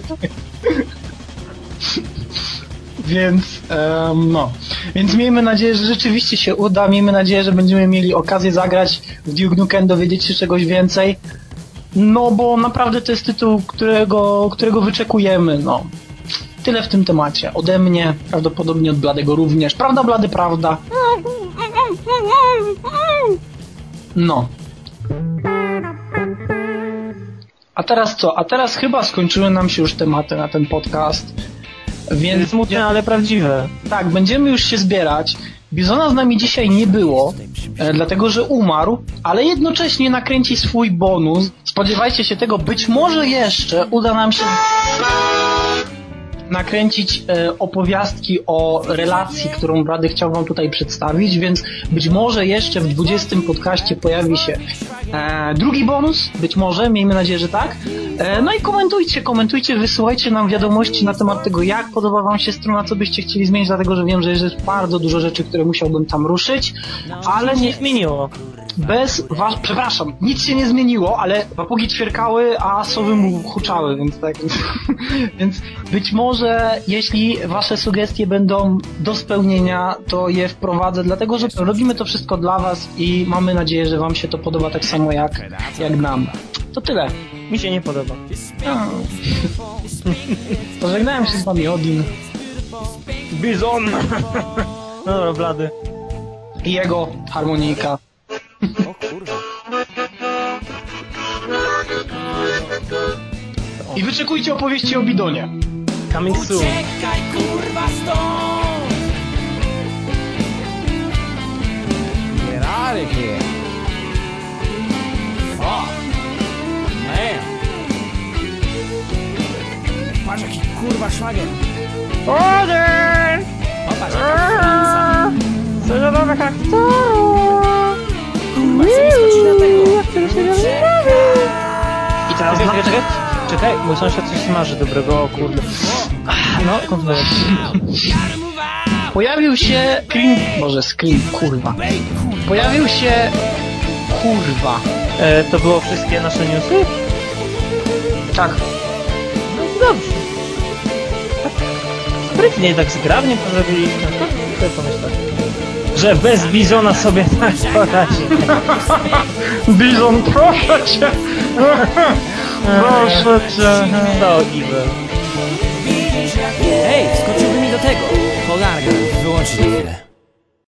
Więc, um, no. Więc miejmy nadzieję, że rzeczywiście się uda, miejmy nadzieję, że będziemy mieli okazję zagrać w Duke Nukem, dowiedzieć się czegoś więcej. No bo naprawdę to jest tytuł, którego, którego wyczekujemy, no. Tyle w tym temacie. Ode mnie, prawdopodobnie od Bladego również. Prawda, Blady, prawda? No. A teraz co? A teraz chyba skończyły nam się już tematy na ten podcast. Więc Smutne, ale prawdziwe. tak, będziemy już się zbierać. Bizona z nami dzisiaj nie było, e, dlatego że umarł, ale jednocześnie nakręci swój bonus. Spodziewajcie się tego, być może jeszcze uda nam się nakręcić e, opowiastki o relacji, którą Brady chciał wam tutaj przedstawić, więc być może jeszcze w dwudziestym podcaście pojawi się e, drugi bonus, być może, miejmy nadzieję, że tak. E, no i komentujcie, komentujcie, wysyłajcie nam wiadomości na temat tego, jak podoba wam się strona, co byście chcieli zmienić, dlatego że wiem, że jest bardzo dużo rzeczy, które musiałbym tam ruszyć, ale nie zmieniło. Bez was, przepraszam, nic się nie zmieniło, ale papugi ćwierkały, a sowy mu huczały, więc tak. Więc być może, jeśli wasze sugestie będą do spełnienia, to je wprowadzę, dlatego że robimy to wszystko dla was i mamy nadzieję, że wam się to podoba tak samo jak, jak nam. To tyle. Mi się nie podoba. Pożegnałem się z wami, Odin. Bizon! No dobra, Blady. I jego harmonijka. O kurwa. I wyczekujcie opowieści o Bidonie. Coming soon. Uciekaj kurwa stąd! Get out of here. Fuck. Man. Patrz jaki kurwa szwagier. Order! Popatrz jaka Zażadowa kaktu! kurwa chcę skoczyć na tego. Uciekaj. I teraz Czekaj, czekaj, czekaj. Czekaj, mój sąsiad coś smaży dobrego, o kurde. No, kontynuuj. Pojawił się screen... Boże, screen, kurwa. Pojawił się... Kurwa. E, to było wszystkie nasze newsy? Tak. No dobrze. Tak sprytnie, tak zgrabnie to zrobiliśmy. Co ja pomyślałem? Że bez Bizona sobie tak poradzi. Bizon, proszę cię! Proszę cię! So evil.